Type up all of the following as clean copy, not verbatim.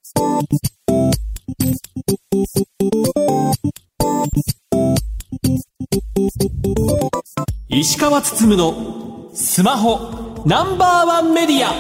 石川つつむのスマホナンバーワンメディア。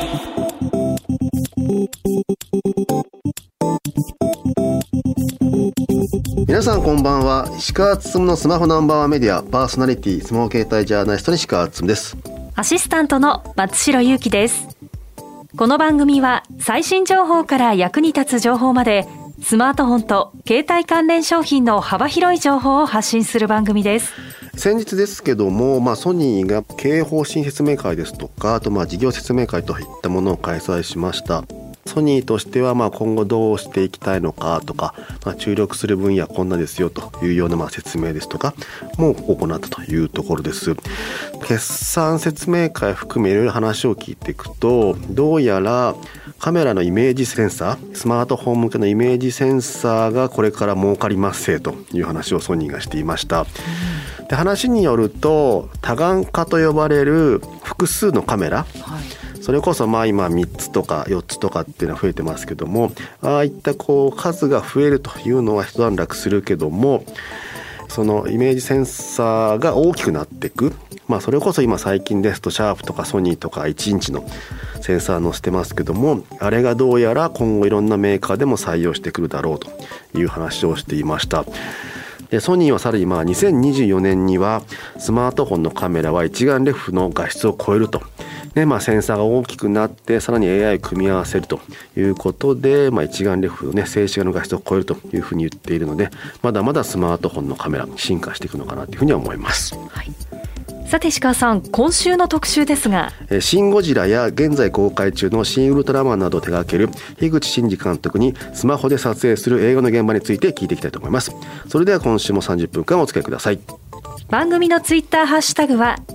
皆さんこんばんは。石川つつむのスマホナンバーワンメディアパーソナリティスマホ携帯ジャーナリストの石川つつむです。 アシスタントの松代ゆうきです。この番組は最新情報から役に立つ情報までスマートフォンと携帯関連商品の幅広い情報を発信する番組です。 先日ですけども、ソニーが経営方針説明会ですとか、あと事業説明会といったものを開催しました。ソニーとしては今後どうしていきたいのかとか、注力する分野こんなですよというような説明ですとかも行ったというところです。決算説明会含めいろいろ話を聞いていくと、どうやらカメラのイメージセンサー、スマートフォン向けのイメージセンサーがこれから儲かりますせという話をソニーがしていました。で、話によると多眼化と呼ばれる複数のカメラ、それこそ今3つとか4つとかっていうのは増えてますけども、ああいった数が増えるというのは一段落するけども、そのイメージセンサーが大きくなっていく、それこそ今最近ですとシャープとかソニーとか1インチのセンサー載せてますけども、あれがどうやら今後いろんなメーカーでも採用してくるだろうという話をしていました。で、ソニーはさらに2024年にはスマートフォンのカメラは一眼レフの画質を超えると、センサーが大きくなってさらに AI を組み合わせるということで、一眼レフの静止画の画質を超えるというふうに言っているので、まだまだスマートフォンのカメラ進化していくのかなというふうには思います。 さて石川さん、今週の特集ですが、 シン・ゴジラや現在公開中のシン・ウルトラマンなどを手掛ける樋口真嗣監督にスマホで撮影する映画の現場について聞いていきたいと思います。それでは今週も30分間お付き合いください。 番組のツイッターハッシュタグは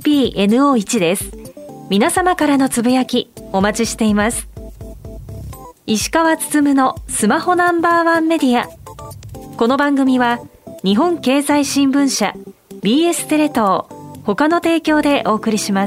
SPNO1 です。皆様からのつぶやきお待ちしています。石川つつむのスマホナンバーワンメディア。この番組は日本経済新聞社、 BS テレ東他の提供でお送りします。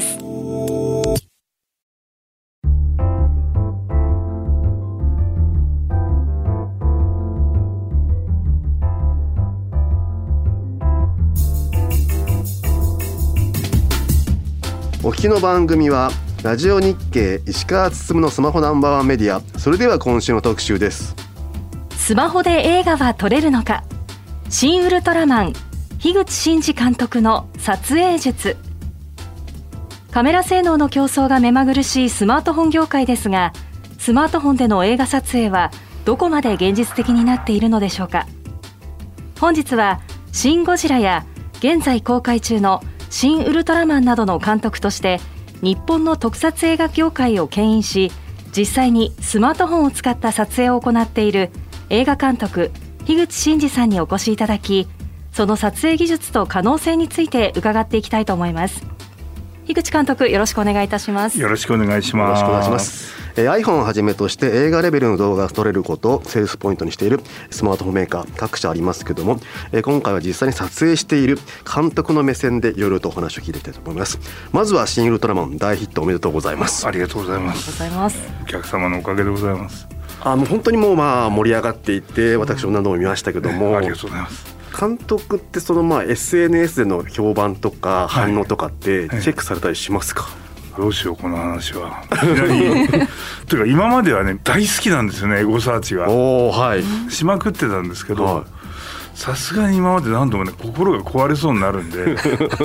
お聞きの番組はラジオ日経石川つつむのスマホナンバーワンメディア。それでは今週の特集です。 スマホで映画は撮れるのか、シン・ウルトラマン樋口真嗣監督の撮影術。カメラ性能の競争が目まぐるしいスマートフォン業界ですが、スマートフォンでの映画撮影はどこまで現実的になっているのでしょうか。本日はシン・ゴジラや現在公開中のシン・ウルトラマンなどの監督として日本の特撮映画業界を牽引し、実際にスマートフォンを使った撮影を行っている映画監督樋口真嗣さんにお越しいただき、その撮影技術と可能性について伺っていきたいと思います。樋口監督、よろしくお願いいたします。 よろしくお願いします。 よろしくお願いします。iPhone をはじめとして映画レベルの動画が撮れることをセールスポイントにしているスマートフォンメーカー各社ありますけども、今回は実際に撮影している監督の目線でいろいろとお話を聞いていきたいと思います。まずはシン・ウルトラマン大ヒットおめでとうございます。 ありがとうございます。お客様のおかげでございます。 もう本当に盛り上がっていて、私も何度も見ましたけども、 ありがとうございます。 監督ってSNS での評判とか反応とかってチェックされたりしますか？ どうしようこの話は。というか今まではね大好きなんですよね、エゴサーチが。しまくってたんですけど、さすがに今まで何度もね心が壊れそうになるんで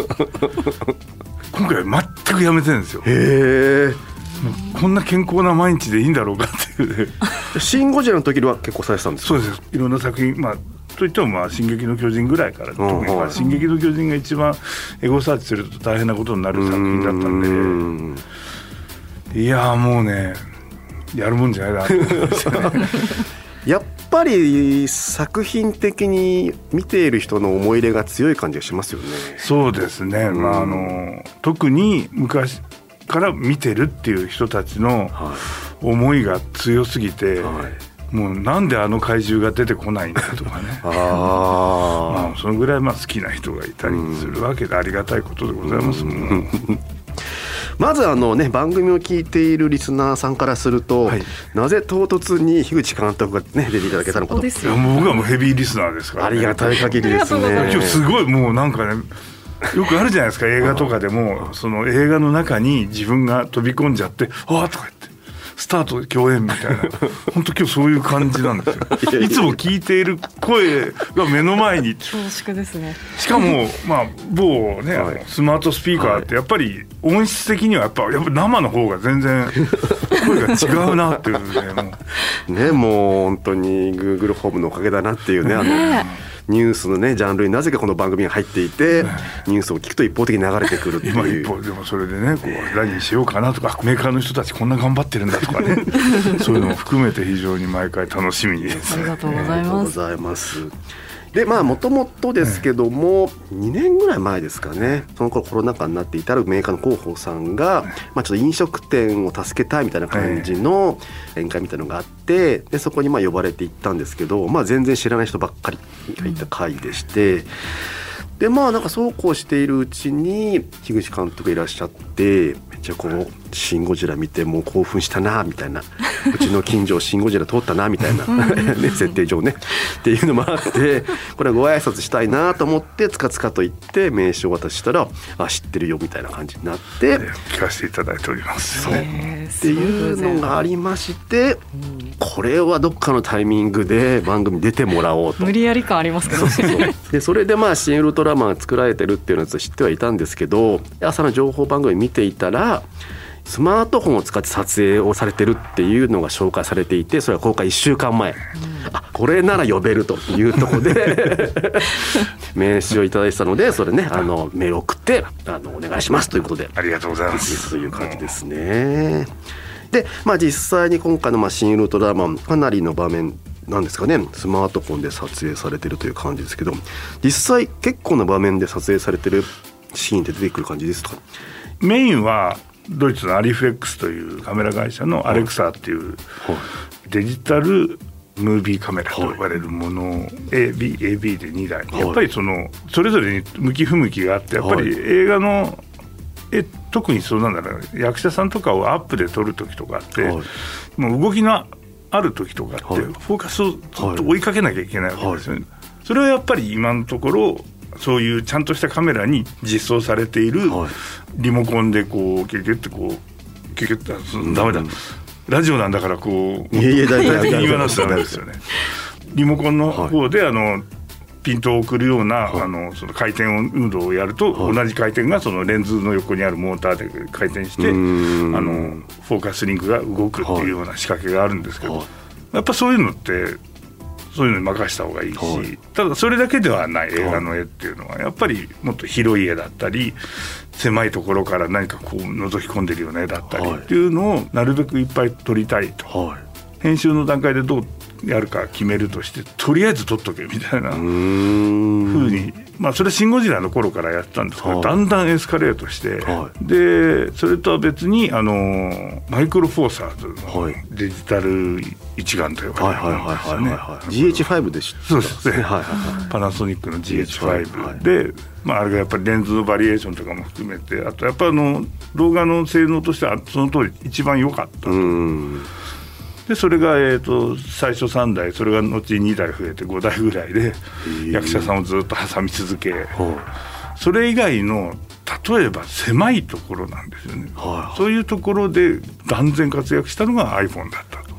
今回は全くやめてるんですよ。こんな健康な毎日でいいんだろうかっていうね。 シン・ゴジラの時は結構されてたんですか？ そうです。いろんな作品、といっても進撃の巨人ぐらいから、特に進撃の巨人が一番エゴサーチすると大変なことになる作品だったんで、いやもうねやるもんじゃないなと思いましたね。 やっぱり作品的に見ている人の思い入れが強い感じがしますよね。 そうですね、特に昔から見てるっていう人たちの思いが強すぎて、もうなんであの怪獣が出てこないんだとかねそのぐらい好きな人がいたりするわけで、ありがたいことでございますもん。 まず番組を聞いているリスナーさんからすると、なぜ唐突に樋口監督が出ていただけたのかと。 いやもう僕はもうヘビーリスナーですから、 ありがたい限りですね。 今日すごいもうなんかね、よくあるじゃないですか、映画とかでもその映画の中に自分が飛び込んじゃってああとか言ってスタート共演みたいな本当今日そういう感じなんですよ。いつも聞いている声が目の前に恐縮ですね。 しかも某ね、スマートスピーカーってやっぱり音質的にはやっぱ生の方が全然声が違うなっていうねもう本当に Google ホームのおかげだなっていうね、ニュースのねジャンルになぜかこの番組が入っていて、ニュースを聞くと一方的に流れてくるっていう。 今一方でもそれでねこう何にしようかなとか、メーカーの人たちこんな頑張ってるんだとかねそういうのも含めて非常に毎回楽しみです。 ありがとうございます。 でもともとですけども、2年ぐらい前ですかね、その頃コロナ禍になっていたらメーカーの広報さんが、ちょっと飲食店を助けたいみたいな感じの宴会みたいなのがあって、でそこに呼ばれて行ったんですけど、全然知らない人ばっかりがいた会でして、でなんかそうこうしているうちに樋口監督いらっしゃって、めっちゃこうシン・ゴジラ見てもう興奮したなみたいな、うちの近所シン・ゴジラ通ったなみたいなね、設定上ねっていうのもあって、これはご挨拶したいなと思ってつかつかと言って名刺を渡したら、知ってるよみたいな感じになって聞かせていただいております。 そうっていうのがありまして、これはどっかのタイミングで番組出てもらおうと。 無理やり感ありますけどね。 でそれでシン・ウルトラマンが作られてるっていうのを知ってはいたんですけど、朝の情報番組見ていたらスマートフォンを使って撮影をされてるっていうのが紹介されていて、それは公開1週間前、これなら呼べるというところで名刺をいただいてたので、それねメール送ってお願いしますということで、 ありがとうございますという感じですね。で実際に今回のシン・ウルトラマン、かなりの場面なんですかね、スマートフォンで撮影されてるという感じですけど、実際結構な場面で撮影されてるシーンって出てくる感じですか？ メインはドイツのアリフレックスというカメラ会社のアレクサっていうデジタルムービーカメラと呼ばれるものを AB で2台、やっぱりそれぞれに向き不向きがあって、やっぱり映画の特にそうなんだろう、役者さんとかをアップで撮る時とかって、もう動きのある時とかってフォーカスをずっと追いかけなきゃいけないわけですよね。それはやっぱり今のところそういうちゃんとしたカメラに実装されているリモコンでこうキュキュッてこうキュキュッてダメだ、ラジオなんだからこう具体的に言わなきゃダメですよね。リモコンの方でピントを送るようなその回転運動をやると、同じ回転がそのレンズの横にあるモーターで回転してフォーカスリングが動くっていうような仕掛けがあるんですけど、やっぱそういうのってそういうのに任せた方がいいし、ただそれだけではない映画の絵っていうのはやっぱりもっと広い絵だったり、狭いところから何かこう覗き込んでるような絵だったりっていうのをなるべくいっぱい撮りたいと、編集の段階でどうやるか決めるとして、とりあえず撮っとけみたいな風に、それシン・ゴジラの頃からやってたんですけど、だんだんエスカレートして、でそれとは別にマイクロフォーサーズのデジタル一眼と呼ばれるものですよね。 GH5 でしたそうですね、パナソニックの GH5 で、あれがやっぱりレンズのバリエーションとかも含めて、あとやっぱ動画の性能としてはその通り一番良かったと。でそれが最初3台、それが後2台増えて5台ぐらいで役者さんをずっと挟み続け、それ以外の例えば狭いところなんですよね、そういうところで断然活躍したのが iPhone だったと。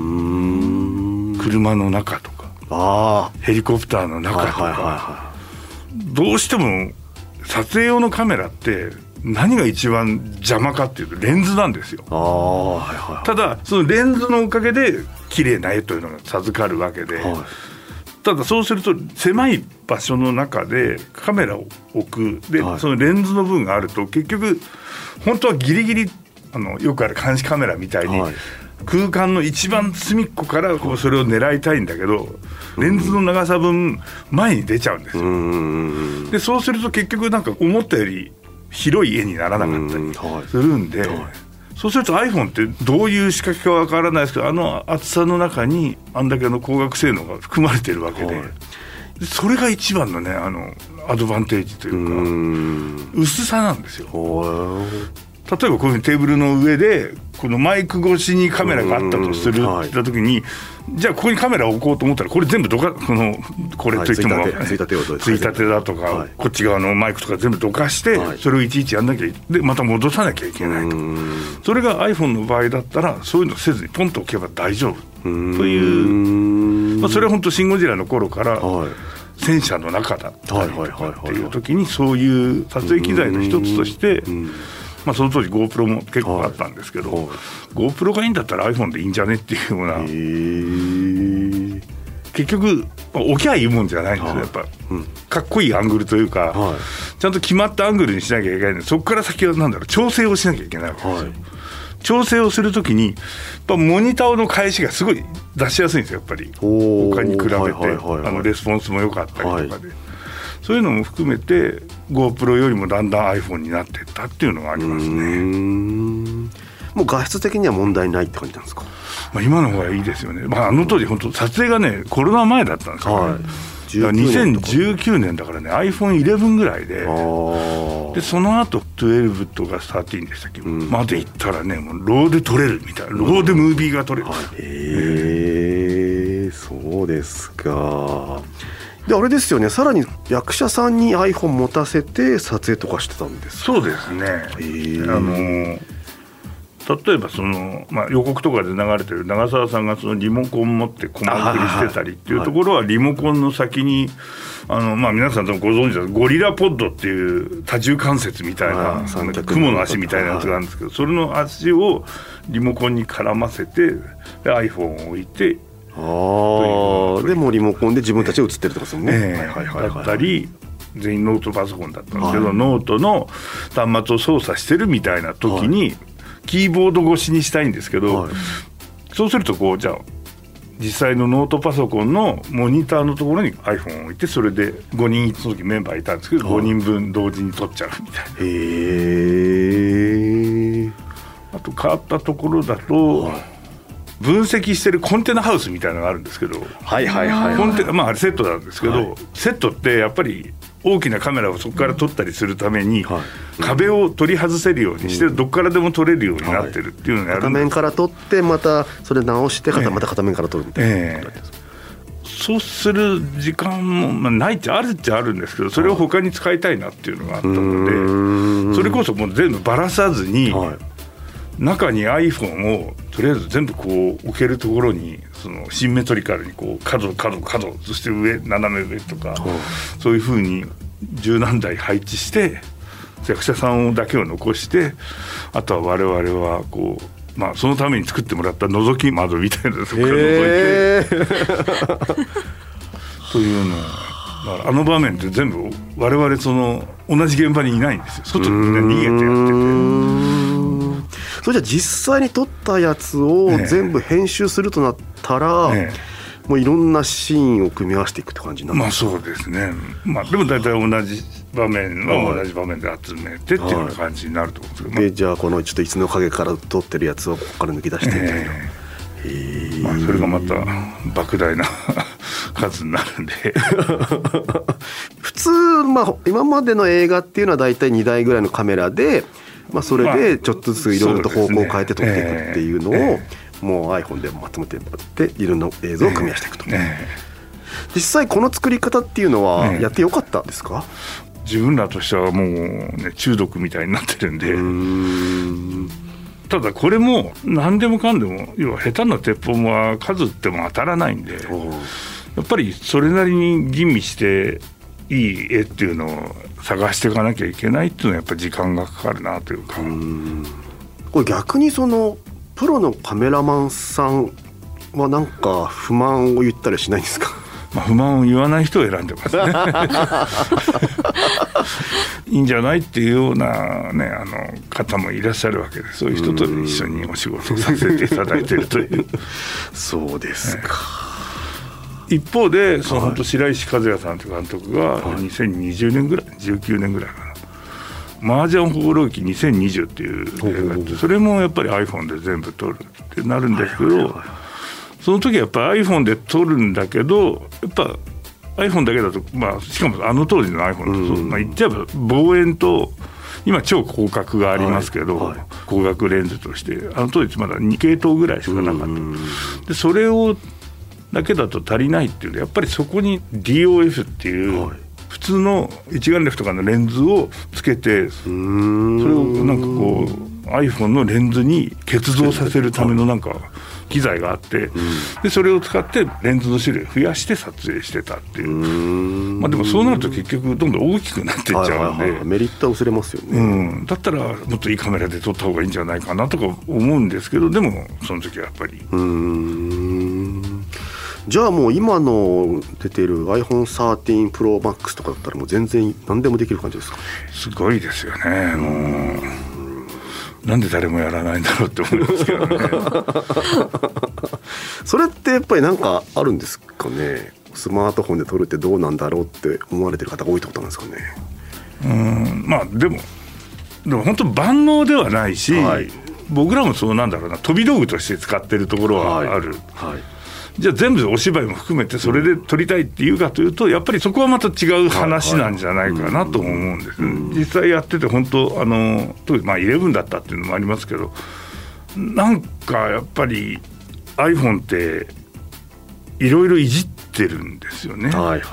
車の中とかヘリコプターの中とか、どうしても撮影用のカメラって何が一番邪魔かっていうとレンズなんですよ。ただそのレンズのおかげで綺麗な絵というのが授かるわけで、ただそうすると狭い場所の中でカメラを置くで、そのレンズの分があると結局本当はギリギリよくある監視カメラみたいに、空間の一番隅っこからこうそれを狙いたいんだけど、レンズの長さ分前に出ちゃうんですよ。でそうすると結局なんか思ったより広い絵にならなかったりするんで、そうすると iPhone ってどういう仕掛けかわからないですけど、厚さの中にあんだけの光学性能が含まれてるわけで、それが一番のねアドバンテージというか薄さなんですよ。 例えばこういうテーブルの上でこのマイク越しにカメラがあったとするった時に、じゃあここにカメラを置こうと思ったらこれ全部これといってもついたてだとか、こっち側のマイクとか全部どかして、それをいちいちやんなきゃでまた戻さなきゃいけないと。それが iPhone の場合だったらそういうのせずにポンと置けば大丈夫という、それは本当シン・ゴジラの頃から、戦車の中だったりとかっていう時にそういう撮影機材の一つとして、その当時 GoPro も結構あったんですけど、GoPro がいいんだったら iPhone でいいんじゃねっていうような、結局置きゃいいもんじゃないんですよ。やっぱ、かっこいいアングルというか、ちゃんと決まったアングルにしなきゃいけないんで、そこから先は調整をしなきゃいけないわけですよ。調整をするときにやっぱモニターの返しがすごい出しやすいんですよ。やっぱり他に比べてレスポンスも良かったりとかで、そういうのも含めて GoPro よりもだんだん iPhone になっていったっていうのがありますね。 もう画質的には問題ないって感じなんですか？ 今の方がいいですよね。あの当時本当撮影がねコロナ前だったんですよね。2019年だからね iPhone11 ぐらいで、その後12とか13でしたっけ、まで行ったらねもうローで撮れるみたいな、ローでムービーが撮れる。 そうですか。であれですよね、さらに役者さんに iPhone 持たせて撮影とかしてたんですか？ そうですね。例えば予告とかで流れてる長澤さんがそのリモコン持ってコマ送りしてたりっていうところはリモコンの先に皆さんともご存知だゴリラポッドっていう多重関節みたいな雲の足みたいなやつがあるんですけど、それの足をリモコンに絡ませて iPhone を置いて、でもリモコンで自分たちが映ってるってことですもんね。 だったり全員ノートパソコンだったんですけど、ノートの端末を操作してるみたいな時に、キーボード越しにしたいんですけど、そうするとじゃあ実際のノートパソコンのモニターのところに iPhone を置いて、それで5人その時メンバーいたんですけど、5人分同時に撮っちゃうみたいな。あと変わったところだと、分析してるコンテナハウスみたいなのがあるんですけど、コンテナあれセットなんですけど、セットってやっぱり大きなカメラをそこから撮ったりするために、壁を取り外せるようにして、どこからでも撮れるようになってるっていうのがあるんです。片面から撮ってまたそれ直してまた片面から撮るみたいな、そうする時間も、ないっちゃあるっちゃあるんですけど、それを他に使いたいなっていうのがあったので、それこそもう全部ばらさずに、中に iPhone をとりあえず全部置けるところにシンメトリカルに角、そして上斜め上とか、そういう風に十何台配置して役者さんだけを残して、あとは我々はそのために作ってもらった覗き窓みたいなところから覗いてというのを、だから場面って全部我々同じ現場にいないんですよ。外にみんな逃げてやってて。 それじゃあ実際に撮ったやつを全部編集するとなったら、もういろんなシーンを組み合わせていくって感じになるんですか？ そうですね。でも大体同じ場面は同じ場面で集めてっていうような感じになると思うんですけど、 でじゃあこのちょっと椅子の陰から撮ってるやつをここから抜き出してみたいな、 それがまた莫大な数になるんで普通、今までの映画っていうのは大体2台ぐらいのカメラで、それでちょっとずついろいろと方向を変えて撮っていくっていうのを、もう iPhone でまとめてもらっていろんな映像を組み合わせていくと、実際この作り方っていうのはやってよかったですか？ 自分らとしてはもう、中毒みたいになってるんで、ただこれも何でもかんでも要は下手な鉄砲は数撃っても当たらないんで、やっぱりそれなりに吟味していい絵っていうのを探していかなきゃいけないっていうのはやっぱり時間がかかるなというか。 これ逆にプロのカメラマンさんはなんか不満を言ったりしないんですか？ 不満を言わない人を選んでますねいいんじゃないっていうような、方もいらっしゃるわけで、そういう人と一緒にお仕事をさせていただいているというそうですか。 一方で本当白石和也さんという監督が2020年ぐらい19年ぐらいかな、麻雀放浪記2020っていう映画って、それもやっぱり iPhone で全部撮るってなるんですけど、その時はやっぱり iPhone で撮るんだけど、やっぱ iPhone だけだと、しかもあの当時の iPhone だと、言っちゃえば望遠と今超広角がありますけど、広角レンズとして当時まだ2系統ぐらいしかなかったで、それをだけだと足りないっていうんで、やっぱりそこに DOF っていう普通の一眼レフとかのレンズをつけて、それをなんかこう iPhone のレンズに結合させるためのなんか機材があって、でそれを使ってレンズの種類を増やして撮影してたっていう、でもそうなると結局どんどん大きくなっていっちゃうんで、 メリットは薄れますよね、 だったらもっといいカメラで撮った方がいいんじゃないかなとか思うんですけど、でもその時はやっぱりじゃあもう今の出てる iPhone13 Pro Max とかだったらもう全然何でもできる感じですか？ すごいですよね。もうなんで誰もやらないんだろうって思いますけどねそれってやっぱりなんかあるんですかね？スマートフォンで撮るってどうなんだろうって思われてる方が多いってことなんですかね？ でも本当万能ではないし、僕らもそうなんだろうな、飛び道具として使ってるところはある、じゃあ全部お芝居も含めてそれで撮りたいっていうかというと、やっぱりそこはまた違う話なんじゃないかなと思うんです、実際やってて本当当時11だったっていうのもありますけど、なんかやっぱり iPhone っていろいろいじってるんですよね、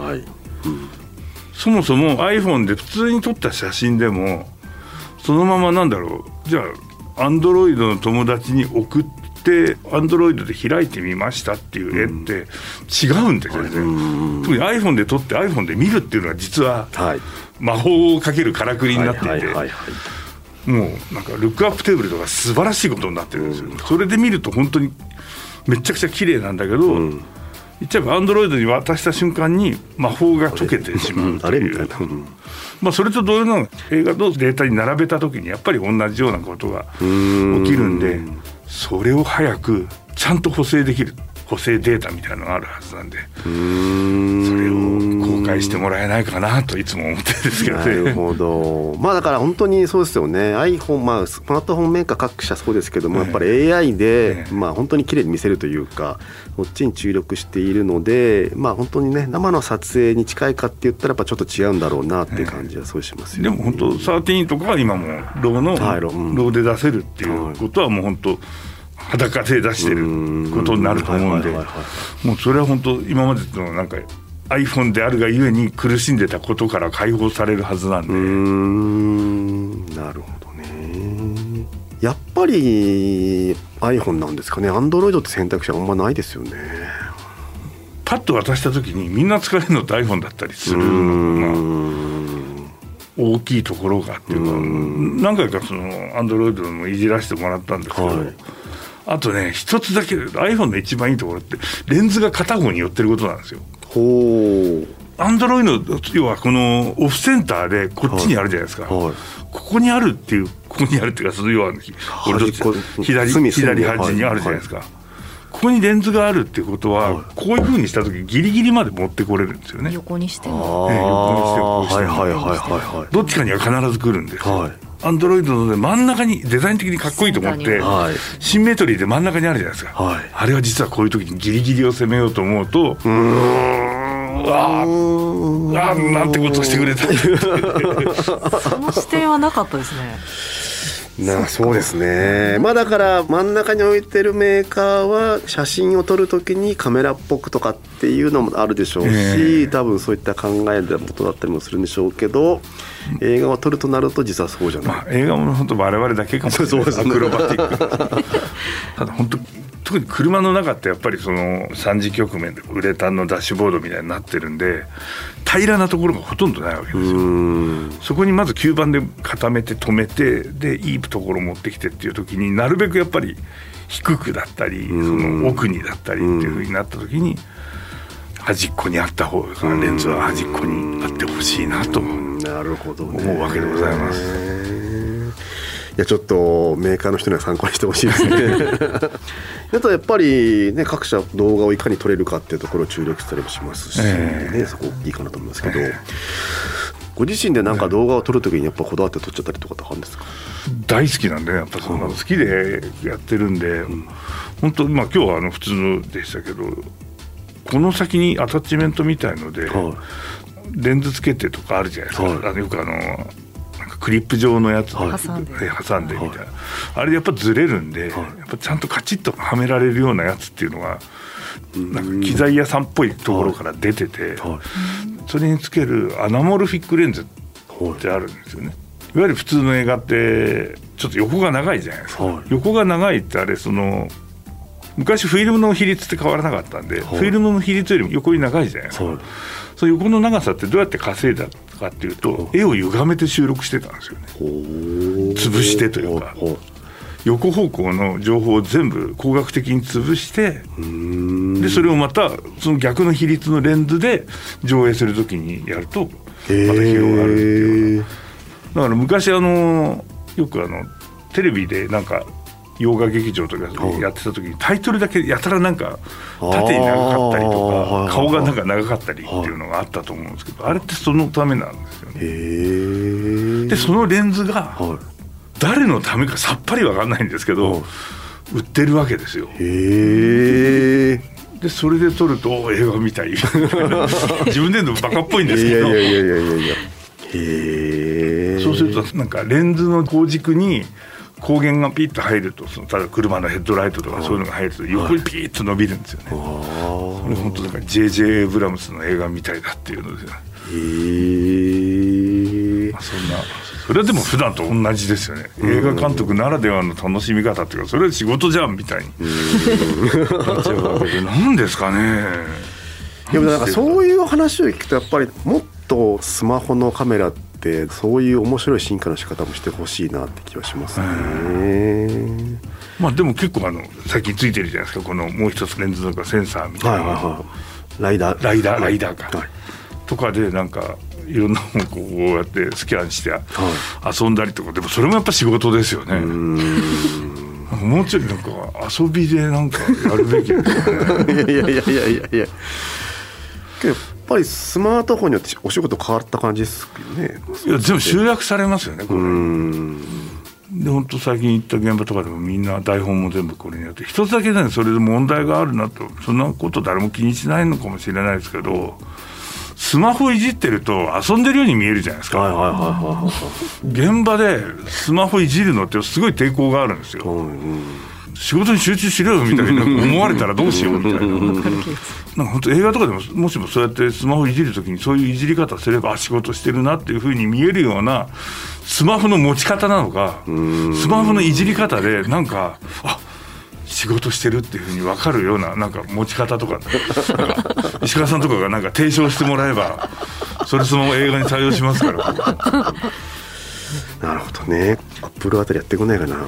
そもそも iPhone で普通に撮った写真でもそのままじゃあ Android の友達に送ってAndroid で開いてみましたっていう絵って違うんですよね、特に iPhone で撮って iPhone で見るっていうのは実は魔法をかけるからくりになっていて、もうなんかルックアップテーブルとか素晴らしいことになってるんですよ、それで見ると本当にめちゃくちゃ綺麗なんだけど、言っちゃえば Android に渡した瞬間に魔法が解けてしまうという、それと同様の映画のデータに並べた時にやっぱり同じようなことが起きるんで、それを早くちゃんと補正できる補正データみたいなのがあるはずなんで、それを公開してもらえないかなといつも思ってるんですけどね。 なるほど。だから本当にそうですよね。 iPhone、スマートフォンメーカー各社そうですけども、やっぱり AI で、本当に綺麗に見せるというか、こっちに注力しているので、本当にね、生の撮影に近いかって言ったらやっぱちょっと違うんだろうなっていう感じはそうしますよね。 でも本当13とかは今もローで出せるっていうことはもう本当裸で出してることになると思うんで、もうそれは本当今までのなんか iPhone であるがゆえに苦しんでたことから解放されるはずなんで。 なるほどね。やっぱり iPhone なんですかね。 Android って選択肢はあんまないですよね。 パッと渡した時にみんな使えるのって iPhone だったりするのが大きいところがっていうか、何回かその Android もいじらせてもらったんですけど、あとね一つだけ iPhone の一番いいところってレンズが片方に寄ってることなんですよ。Android の要はこのオフセンターでこっちにあるじゃないですか、ここにあるっていうか、その要は左端にあるじゃないですか、ここにレンズがあるっていうことは、こういう風にした時ギリギリまで持ってこれるんですよね。 横にしても、どっちかには必ず来るんですよ。アンドロイドの、真ん中にデザイン的にかっこいいと思ってシンメトリーで真ん中にあるじゃないですか、あれは実はこういう時にギリギリを攻めようと思うと、なんてことしてくれたその視点はなかったですね。 そうですね。だから真ん中に置いてるメーカーは写真を撮るときにカメラっぽくとかっていうのもあるでしょうし、多分そういった考えのことだったりもするんでしょうけど、映画を撮るとなると実はそうじゃない、 映画も本当我々だけかもしれないです、アクロバティックただ本当特に車の中ってやっぱりその3次局面でウレタンのダッシュボードみたいになってるんで、平らなところがほとんどないわけですよ。そこにまず吸盤で固めて止めて、でいいところを持ってきてっていう時に、なるべくやっぱり低くだったりその奥にだったりっていう風になった時に、端っこにあった方がレンズは端っこにあってほしいなと思うわけでございます。 いやちょっとメーカーの人には参考にしてほしいですねあとやっぱりね、各社動画をいかに撮れるかっていうところを注力したりもしますし、そこいいかなと思いますけど、ご自身でなんか動画を撮るときにやっぱこだわって撮っちゃったりとかってあるんですか？ 大好きなんで、やっぱそんなの好きでやってるんで、本当今日は普通でしたけど、この先にアタッチメントみたいので、レンズつけてとかあるじゃないですか、よくなんかクリップ状のやつを挟んでみたいな、あれやっぱずれるんで、やっぱちゃんとカチッとはめられるようなやつっていうのがなんか機材屋さんっぽいところから出てて、それにつけるアナモルフィックレンズってあるんですよね。いわゆる普通の映画ってちょっと横が長いじゃないですか、横が長いってあれ昔フィルムの比率って変わらなかったんで、フィルムの比率よりも横に長いじゃないですか、その横の長さってどうやって稼いだかっていうと、絵を歪めて収録してたんですよね。潰してというか、横方向の情報を全部工学的に潰して、でそれをまたその逆の比率のレンズで上映するときにやるとまた広がるっていうような。だから昔よくテレビでなんか洋画劇場とかやってた時にタイトルだけやたらなんか縦に長かったりとか顔がなんか長かったりっていうのがあったと思うんですけど、あれってそのためなんですよね。でそのレンズが誰のためかさっぱり分かんないんですけど売ってるわけですよ。でそれで撮ると映画みたい自分で言うのバカっぽいんですけど、そうするとなんかレンズの光軸に光源がピッと入ると、例えば車のヘッドライトとかそういうのが入ると横にピーッと伸びるんですよね。これ本当だから J.J. エイブラムスの映画みたいだっていうのですよね。それはでも普段と同じですよね。映画監督ならではの楽しみ方っていうか、それは仕事じゃんみたいになっちゃうわけで、なんですかね。 でもなんかそういう話を聞くとやっぱりもっとスマホのカメラってそういう面白い進化の仕方もしてほしいなって気はしますね。 まあでも結構最近ついてるじゃないですか、このもう一つレンズとかセンサーみたいな、ライダーか、とかでなんかいろんなものこうやってスキャンして遊んだりとか、でもそれもやっぱ仕事ですよね。もうちょいなんか遊びでなんかやるべきですよね。 いややっぱりスマートフォンによってお仕事変わった感じですよね。 いや全部集約されますよねこれ。で本当最近行った現場とかでもみんな台本も全部これにやって、一つだけねそれで問題があるなと、そんなこと誰も気にしないのかもしれないですけど、スマホいじってると遊んでるように見えるじゃないですか。現場でスマホいじるのってすごい抵抗があるんですよ。仕事に集中しろよみたいな思われたらどうしようみたいな。なんか本当映画とかでももしもそうやってスマホいじるときにそういういじり方すれば仕事してるなっていう風に見えるようなスマホの持ち方なのか、スマホのいじり方でなんか仕事してるっていう風に分かるようななんか持ち方とか、石川さんとかがなんか提唱してもらえばそれその映画に対応しますから。 なるほどね。アップルあたりやってこないかな。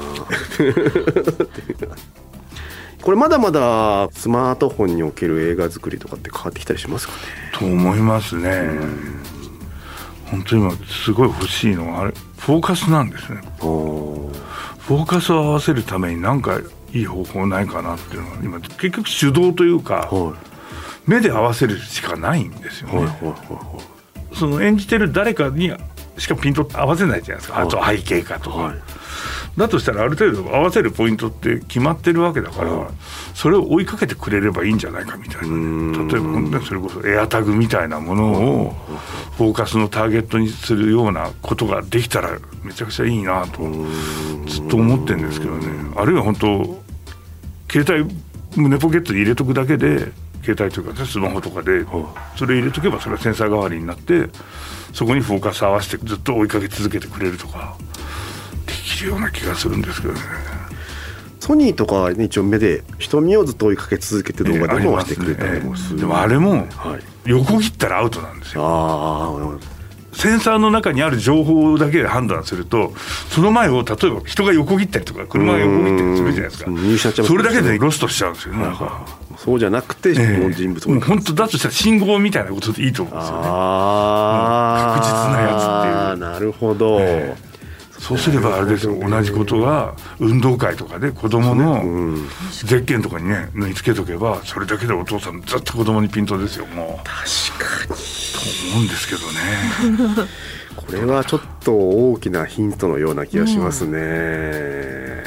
これまだまだスマートフォンにおける映画作りとかって変わってきたりしますかね。 と思いますね。本当に今すごい欲しいのはあれフォーカスなんですね。フォーカスを合わせるために何かいい方法ないかなっていうのは今結局手動というか、目で合わせるしかないんですよね。その演じてる誰かにしかピント合わせないじゃないですか。あと背景かとか、だとしたらある程度合わせるポイントって決まってるわけだから、それを追いかけてくれればいいんじゃないかみたいな、例えば本当にそれこそエアタグみたいなものをフォーカスのターゲットにするようなことができたらめちゃくちゃいいなとずっと思ってるんですけどね。あるいは本当携帯胸ポケットに入れとくだけで、携帯というかスマホとかでそれ入れとけばそれはセンサー代わりになってそこにフォーカス合わせてずっと追いかけ続けてくれるとかできるような気がするんですけどね。 ソニーとか、ね、一応目で瞳をずっと追いかけ続けて動画でもしてくれたりもする、 でもあれも横切ったらアウトなんですよ。センサーの中にある情報だけで判断すると、その前を例えば人が横切ったりとか車が横切ったりするじゃないですか。それだけでロストしちゃうんですよね。なんかそうじゃなくて、人物もう本当だとしたら信号みたいなことでいいと思うんですよね。確実なやつっていう。 なるほど、 そうすればあれですよ、同じことが運動会とかで子供のゼッケンとかにね縫い付けとけば、それだけでお父さんずっと子供にピントですよ。もう確かにと思うんですけどね。 これはちょっと大きなヒントのような気がしますね。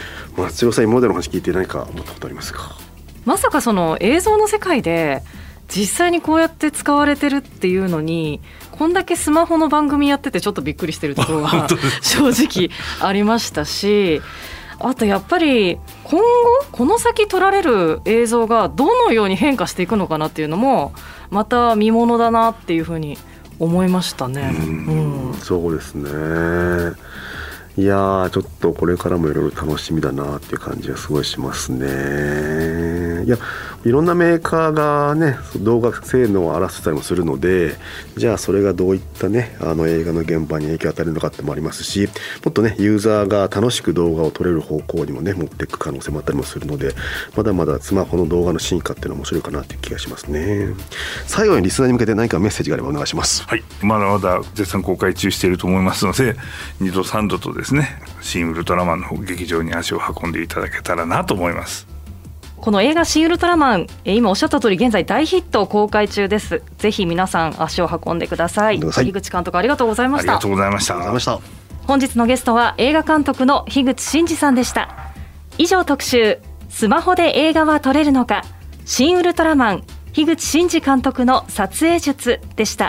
松代さん、今までの話聞いて何か思ったことありますか。 まさかその映像の世界で実際にこうやって使われてるっていうのにこんだけスマホの番組やっててちょっとびっくりしてるところが正直ありましたし、あとやっぱり今後この先撮られる映像がどのように変化していくのかなっていうのもまた見ものだなっていうふうに思いましたね。 そうですね。いやーちょっとこれからもいろいろ楽しみだなっていう感じがすごいしますね。いやいろんなメーカーがね動画性能を荒らせたりもするので、じゃあそれがどういったね映画の現場に影響を与えるのかってもありますし、もっとねユーザーが楽しく動画を撮れる方向にもね持っていく可能性もあったりもするので、まだまだスマホの動画の進化っていうのは面白いかなっていう気がしますね。最後にリスナーに向けて何かメッセージがあればお願いします。 はい、まだまだ絶賛公開中していると思いますので、2度3度とですね新ウルトラマンの劇場に足を運んでいただけたらなと思います。 この映画新ウルトラマン、今おっしゃった通り現在大ヒット公開中です。ぜひ皆さん足を運んでください。樋口監督ありがとうございました。 ありがとうございました。 本日のゲストは映画監督の樋口真嗣さんでした。以上特集スマホで映画は撮れるのか、新ウルトラマン樋口真嗣監督の撮影術でした。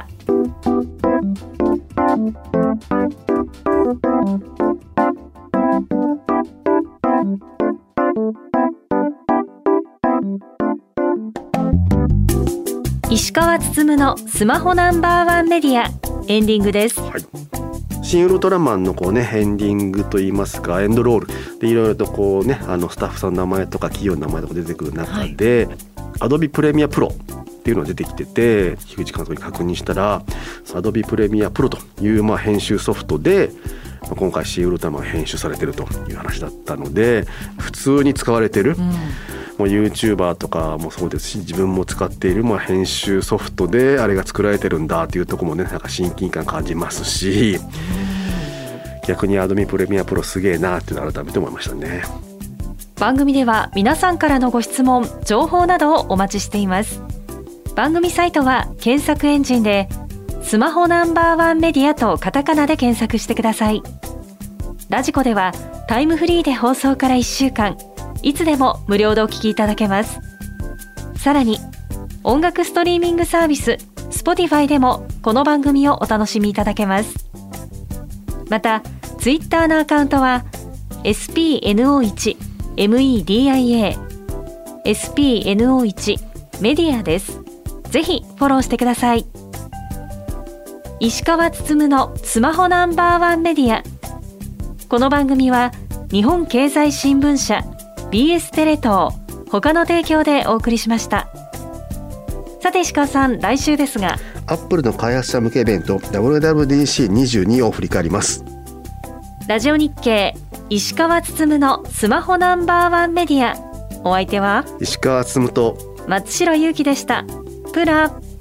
石川つつむのスマホナンバーワンメディアエンディングです。 はい、新ウルトラマンのこうねエンディングといいますかエンドロールでいろいろとこうねスタッフさんの名前とか企業の名前とか出てくる中で、Adobe Premiere Proっていうのが出てきてて、樋口監督に確認したら Adobe Premiere Pro という編集ソフトで今回新ウルトラマンが編集されてるという話だったので、普通に使われてる、もう YouTuber とかもそうですし自分も使っている編集ソフトであれが作られてるんだというところもねなんか親近感感じますし、逆に Adobe Premiere Pro すげえなっていうのを改めて思いましたね。 番組では皆さんからのご質問情報などをお待ちしています。番組サイトは検索エンジンでスマホナンバーワンメディアとカタカナで検索してください。ラジコではタイムフリーで放送から1週間いつでも無料でお聞きいただけます。さらに音楽ストリーミングサービス Spotify でもこの番組をお楽しみいただけます。またツイッターのアカウントは SPNO1MEDIA SPNO1 メディアです。ぜひフォローしてください。石川つつむのスマホナンバーワンメディア。この番組は日本経済新聞社 BS テレ東他の提供でお送りしました。さて石川さん、来週ですがアップルの開発者向けイベント WWDC22 を振り返ります。 ラジオ日経石川つつむのスマホナンバーワンメディア、お相手は石川つつむと松代ゆうきでした。プラ